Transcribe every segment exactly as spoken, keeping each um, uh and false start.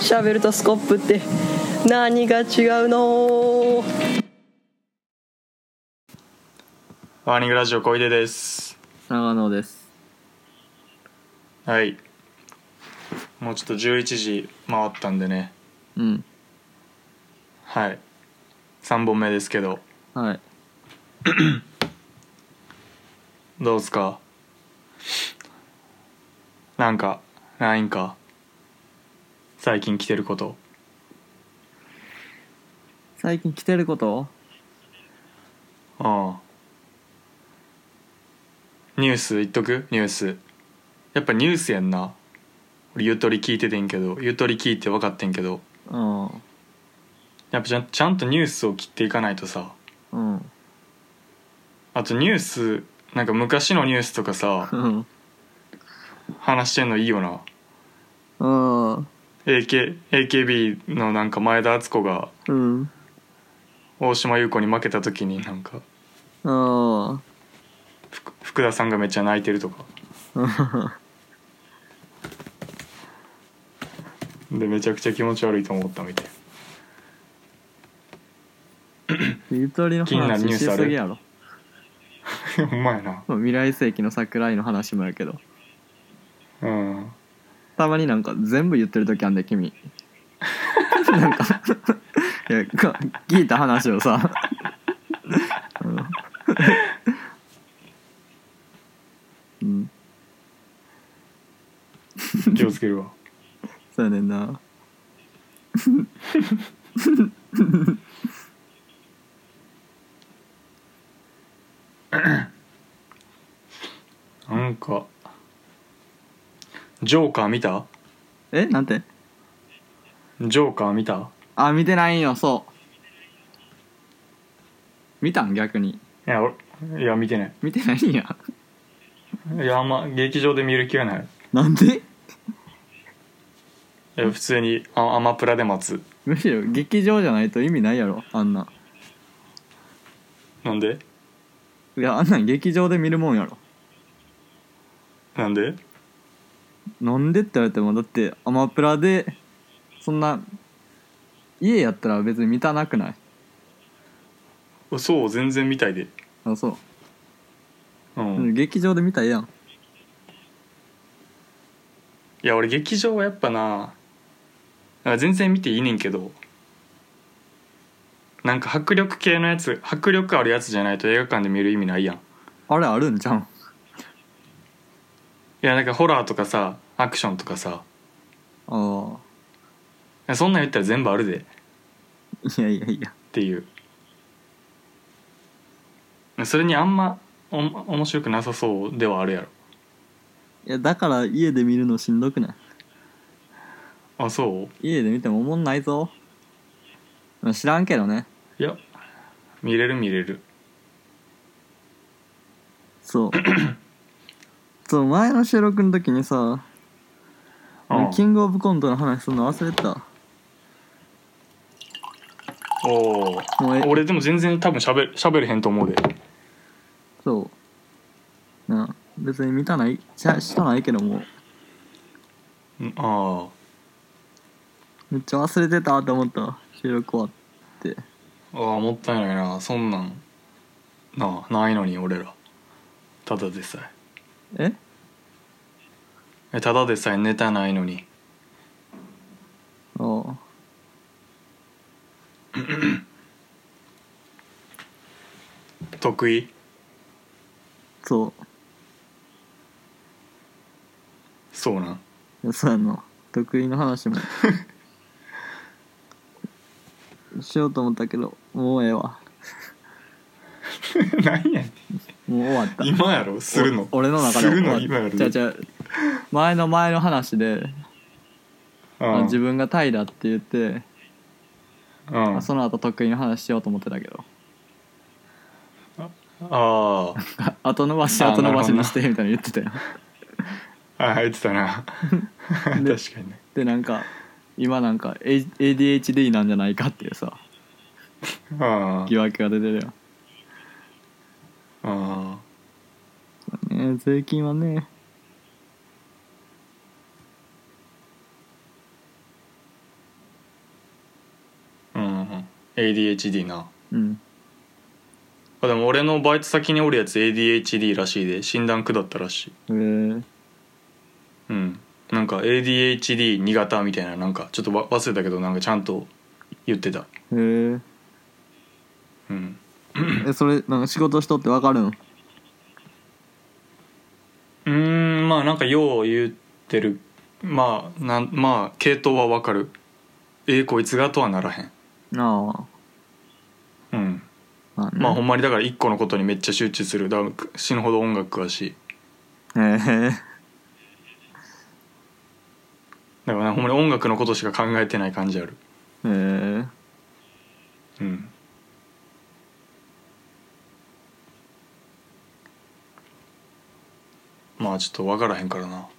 シャベルとスコップって何が違うの？ ワーニングラジオ小出です。 長野です。 はい、もうちょっとじゅういちじ回ったんでね。 うんはい、さんぼんめですけどはいどうすか？なんかないんか最近来てること。 最近来てること？ うんニュース言っとく。ニュースやっぱニュースやんな。俺ゆとり聞いててんけどゆとり聞いて分かってんけどうんやっぱちゃん、ちゃんとニュースを切っていかないとさ。 うんあとニュースなんか昔のニュースとかさうん話してんのいいよな。 うんエーケー、エーケービー のなんか前田敦子がうん大島優子に負けた時になんかうん福福田さんがめっちゃ泣いてるとかでめちゃくちゃ気持ち悪いと思ったみたい。 ゆとりの気になる話しニュースあるすぎやろ。 ほんまやな。 まあ未来世紀の桜井の話もやけど、 うんたまになんか全部言ってる時あんで君なんかいやか聞いた話をさうん、うん、 気をつけるわ。 そうやねんななんかジョーカー見た？ えなんて？ ジョーカー見た？ あ見てないんよ。そう見たん？逆にいや俺いや見てない。 見てないんやいやあんま劇場で見る気がない。 なんで？ いや普通にあアマプラで待つ。 むしろ劇場じゃないと意味ないやろあんな。 なんで？ いやあんなん劇場で見るもんやろ。 なんで？ なんでって言われてもだってアマプラでそんな家やったら別に見たなくない？ そう全然見たいで。 あそう、 ううんん、劇場で見たらええやん。 いや俺劇場はやっぱな全然見ていいねんけどなんか迫力系のやつ迫力あるやつじゃないと映画館で見る意味ないやん。いあれあるんじゃん。 やなんかホラーとかさアクションとかさああそんなん言ったら全部あるでいやいやいやっていう。それにあんまお面白くなさそうではあるやろ。 いやだから家で見るのしんどくない？ あそう？ 家で見てもおもんないぞ。知らんけどね。 いや見れる見れる。 そうそう前の収録の時にさうんキングオブコントの話するの忘れてた。 おもうえ俺でも全然多分しゃべしゃべれへんと思うで。 そうな別に見たないしゃしたないけどもうんあめっちゃ忘れてたって思った収録終わって。 ああもったいないなそんなんなあないのに俺らただでさえええただでさえネタないのに。 ああ得意？ そうそうなん。 いやそうやんな得意の話もしようと思ったけどもうええわ何やねんもう終わった今やろするの。 お俺の中でする終わっの今やろ。 じゃあじゃあ前の前の話でうん自分がタイだって言ってうんその後得意の話しようと思ってたけどあ後伸ばしあ後伸ばしになるほどなしてみたいな言ってたよああ言ってたな確かにね。 でなんか今なんか エーディーエイチディー なんじゃないかっていうさあ疑惑が出てるよあね。税金はねエーディーエイチディー な。 うんあでも俺のバイト先におるやつ エーディーエイチディー らしいで、診断下ったらしい。 へえうんなんか エーディーエイチディーに 型みたいな、なんかちょっとわ忘れたけどなんかちゃんと言ってた。 へえうんえそれなんか仕事しとってわかるの？ うーんまあなんかよう言ってる。まあなんまあ系統はわかる。えー、こいつがとはならへん。 あうんあまあねまあほんまにだから一個のことにめっちゃ集中する。だから死ぬほど音楽詳しい。 へえだから、ね、ほんまに音楽のことしか考えてない感じある。 へえうんまあちょっと分からへんからな。い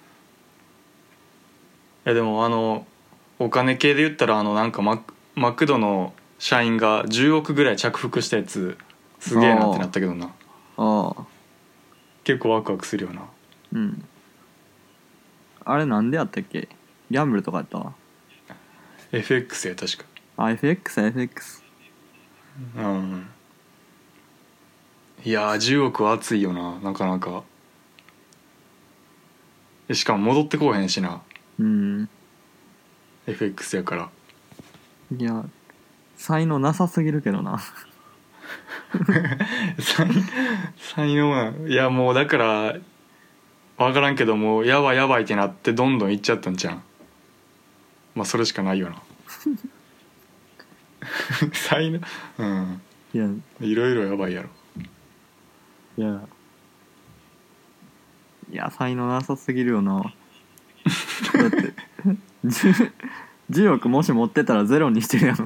やでもあのお金系で言ったらあのなんかママクドの社員がじゅうおくぐらい着服したやつすげえなってなったけどな。 ああ結構ワクワクするよな。 うんあれなんでやったっけ？ギャンブルとかやった？ エフエックス や確か。 あ エフエックス エフエックスうんいやーじゅうおくは熱いよななかなか。しかも戻ってこうへんしな。 うんエフエックス やから。 いや才能なさすぎるけどな才才能ないやもうだから分からんけどもうやばいやばいってなってどんどんいっちゃったんじゃん。まあそれしかないよな才能うんいやいろいろやばいやろ。 いやいや才能なさすぎるよなだって 10, じゅうおくもし持ってたらゼロにしてるやん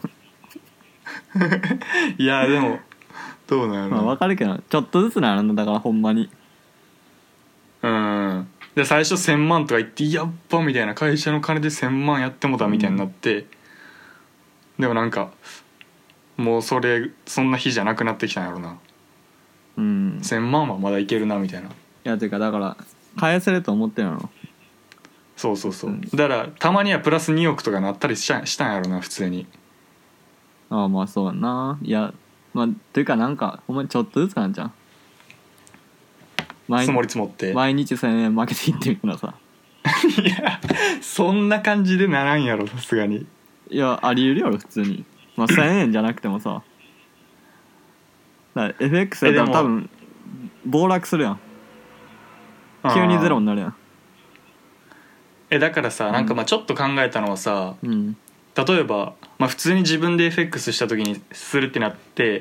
いやでもどうなんやろな、 まあ分かるけどちょっとずつなのだからほんまにうんで最初せんまんとか言ってやっばみたいな、会社の金でせんまんやってもたみたいになって、うん、でもなんかもうそれそんな日じゃなくなってきたんやろな。 うんせんまんはまだいけるなみたいな。 いやてかだから返せると思ってるの。 そうそうそう、 うん、 だからたまにはプラスにおくとかなったりしたしたんやろな普通に。 ああまあそうやないやまあというかなんかほんまにちょっとずつなんじゃん。 積もり積もって毎日せんえん負けていってみたらさいやそんな感じでならんやろさすがに。 いやあり得るやろ普通にまあせんえんじゃなくてもさだから エフエックス やったら多分暴落するやん。急にゼロになるやん。 えだからさ、なんかまあちょっと考えたのはさ、 うん、 例えば、まあ、普通に自分で エフエックス した時にするってなって、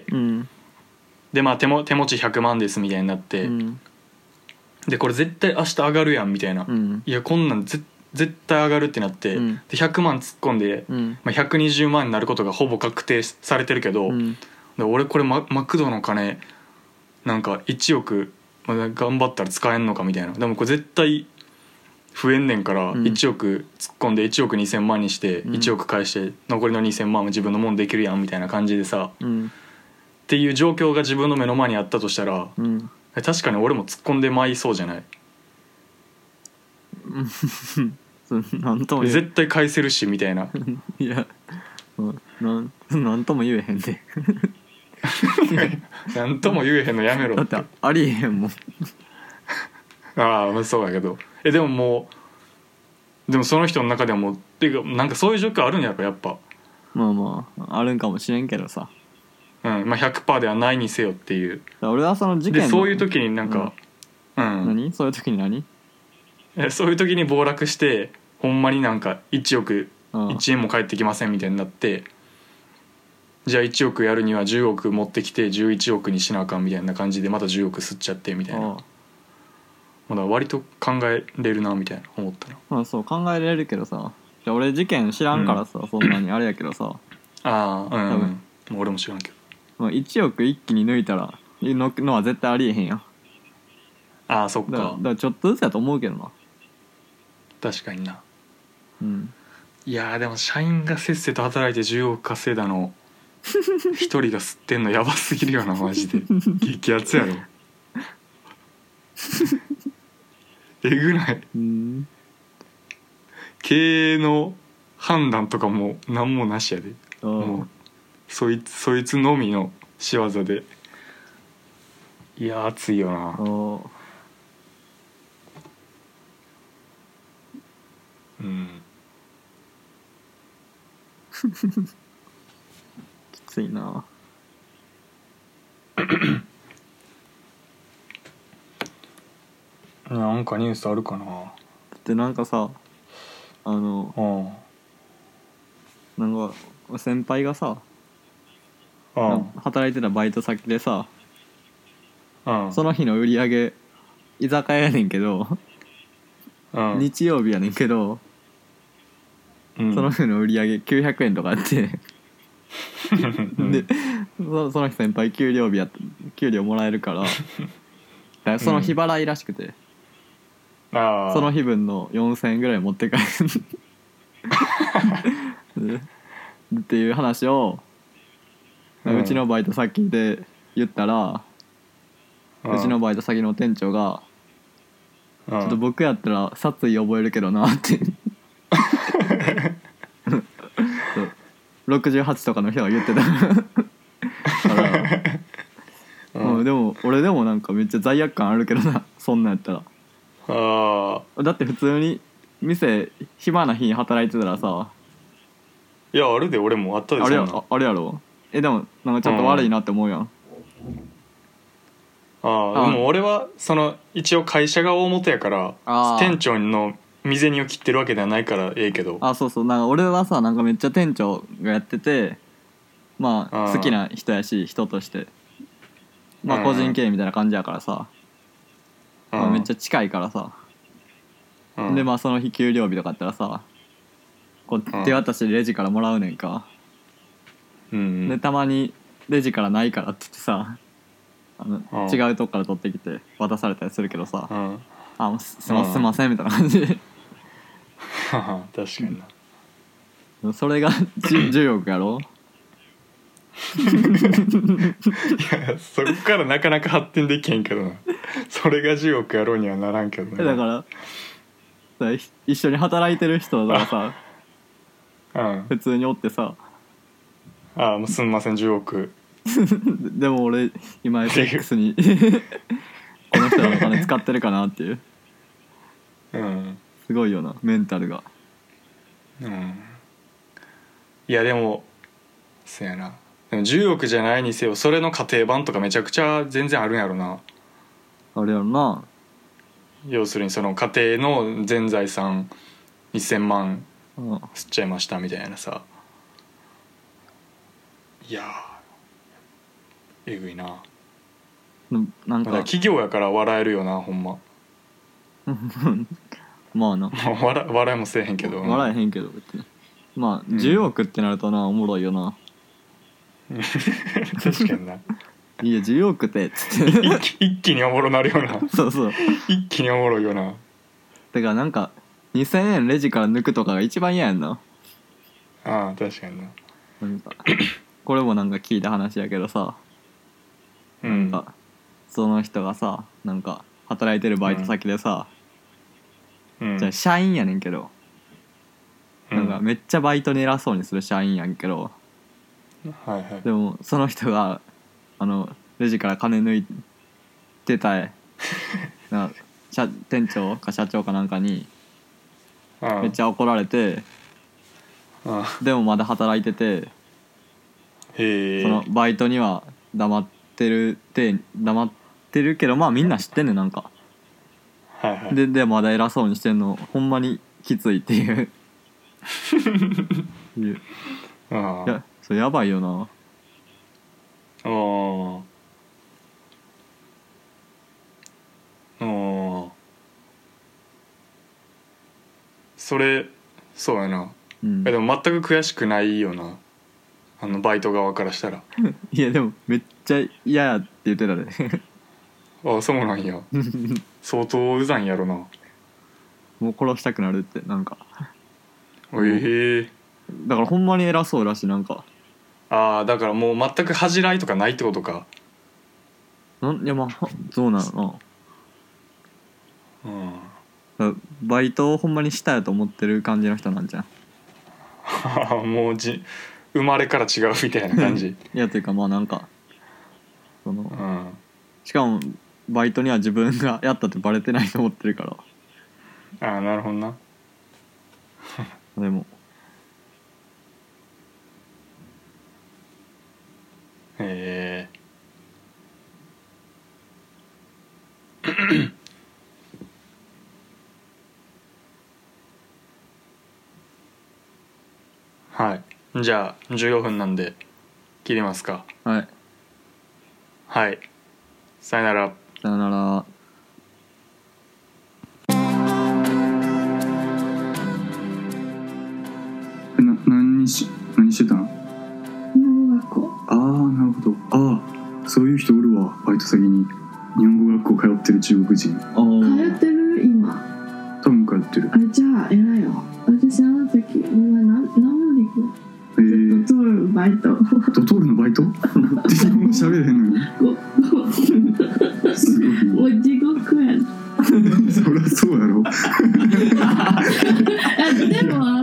うん、 でまあ手も手持ちひゃくまんですみたいになって、 うん、 でこれ絶対明日上がるやんみたいな、 うん、 いやこんなんぜ絶対上がるってなって、うん、でひゃくまん突っ込んで、うんまあ、ひゃくにじゅうまんになることがほぼ確定されてるけど、うん、で俺これ マ, マクドの金なんかいちおく、まあ、頑張ったら使えんのかみたいな。でもこれ絶対増えんねんからいちおく突っ込んでいちおくにせんまんにしていちおく返して残りのにせんまんは自分のもんできるやんみたいな感じでさ、うん、っていう状況が自分の目の前にあったとしたら、うん、確かに俺も突っ込んでまいそうじゃない？なんとも絶対返せるしみたいな。 いやなんなんとも言えへんでなんとも言えへんのやめろって。 だってありえへんもんああそうだけどえでももうでもその人の中でもっていうかなんかそういう状況あるんやっぱやっぱまあまああるんかもしれんけどさ、 うんまあ、ひゃくパーセント ではないにせよっていう。 俺はその事件でそういう時になんか、うん、うん、 何そういう時に何えそういう時に暴落してほんまになんかいちおくいちえんも返ってきませんみたいになって、じゃあいちおくやるにはじゅうおく持ってきてじゅういちおくにしなあかんみたいな感じでまたじゅうおく吸っちゃってみたいな。まだ割と考えれるなみたいな思ったな。 まあそう考えれるけどさ、じゃあ俺事件知らんからさ、うん、そんなにあれやけどさああうん、うん、もう俺も知らんけど、 まあ、いちおく一気に抜いたらののは絶対ありえへんやん。 ああそっか。 だから、だからちょっとずつやと思うけどな。 確かにな。 うんいやでも社員がせっせと働いてじゅうおく稼いだの一人が吸ってんのやばすぎるよなマジで激アツやろえぐない、うん、経営の判断とかも何もなしやで、もうそいつそいつのみの仕業で。いや熱いよな。 おうんきついな。 なんかニュースあるかな。 だってなんかさあのうんなんか先輩がさうん働いてたバイト先でさうんその日の売り上げ居酒屋やねんけど、 うん、 日曜日やねんけど、 うん、 その日の売り上げきゅうひゃくえんとかあってでそその日先輩給料日やった給料もらえるからだからその日払いらしくて、 あその日分のよんせんえんぐらい持って帰るっていう話を、 うん、 うちのバイト先で言ったら、うちのバイト先の店長が「ちょっと僕やったら殺意覚えるけどな」ってろくじゅうはちとかの人が言ってたから、うん、でも俺でもなんかめっちゃ罪悪感あるけどな、そんなんやったら。 あだって普通に店暇な日に働いてたらさ、 いやあるで、俺もあったで。 あれやそんなあれやろ。えでもなんかちょっと悪いなって思うやん。 ああでも俺はその一応会社が大元やから店長の身銭を切ってるわけではないからええけど。 あそうそう、なんか俺はさなんかめっちゃ店長がやってて、まあ好きな人やし人としてまあ個人経営みたいな感じやからさ、まあ、めっちゃ近いからさ、でまあその日給料日とかあったらさこう手渡しでレジからもらうねんか、 うん、 でたまにレジからないからって言ってさあの、うん、違うとこから取ってきて渡されたりするけどさ、うん、あもうすいません、すいませんみたいな感じで確かにな。それがじゅうおくやろいやそっからなかなか発展できへんけどな。それがじゅうおくやろうにはならんけどね。 だから一緒に働いてる人がさ、うん、普通におってさ、 ああもうすんませんじゅうおくでも俺今 エフエックス にこの人らの金使ってるかなっていう、うん、すごいよなメンタルが。 うん、いやでもそやな、でもじゅうおくじゃないにせよそれの家庭版とかめちゃくちゃ全然あるんやろな。 あれやろな。 要するにその家庭の全財産せんまん吸っちゃいましたみたいなさ、いやえぐいな。なんか企業やから笑えるよなほんままあな笑, 笑いもせえへんけど、 笑えへんけど別にまあじゅうおくってなるとな、うん、おもろいよな確かにな。 いやじゅうおくってっつって一, 気一気におもろなるよな。 そうそう一気におもろいよな。 だからなんかにせんえんレジから抜くとかが一番嫌やんな。 ああ確かにな。 なんかこれもなんか聞いた話やけどさ、うん、なんかその人がさなんか働いてるバイト先でさ、うん、じゃあ社員やねんけど、うん、なんかめっちゃバイトに偉そうにする社員やんけど、 はいはい、 でもその人があのレジから金抜いてたいな社店長か社長かなんかにめっちゃ怒られて、でもまだ働いてて、 へそのバイトには黙ってるって黙ってるけどまあみんな知ってんねんなんか、 はいはい、 ででまだ偉そうにしてんのほんまにきついっていういやそれやばいよな。 あああそれそうやな、うん、でも全く悔しくないよなあのバイト側からしたらいやでもめっちゃ嫌やって言ってたでああそうなんや相当うざいんやろな。 もう殺したくなるってなんかええー、 だからほんまに偉そうだしなんかああだからもう全く恥じらいとかないってことか。 なんいやまあそうなのな、うん、バイトをほんまにしたやと思ってる感じの人なんじゃんもうじ生まれから違うみたいな感じいやというかまあなんかその、 うん、 しかもバイトには自分がやったってバレてないと思ってるから。 ああなるほどなでもへえはいじゃあじゅうごふんなんで切りますか。 はいはいさよなら。 さよなら。 な何し何してたの？ 日本語学校。 ああなるほど。ああそういう人おるわ。バイト先に日本語学校通ってる中国人。 あー通ってる今。 多分通ってる。 あじゃあ偉いよ。私あの時お前何何もできない。 えー、 ドトールバイト。 ドトールのバイト？日本語喋れへんのに。すごい。 もう地獄やん。 そりゃそうやろ。 あでもあ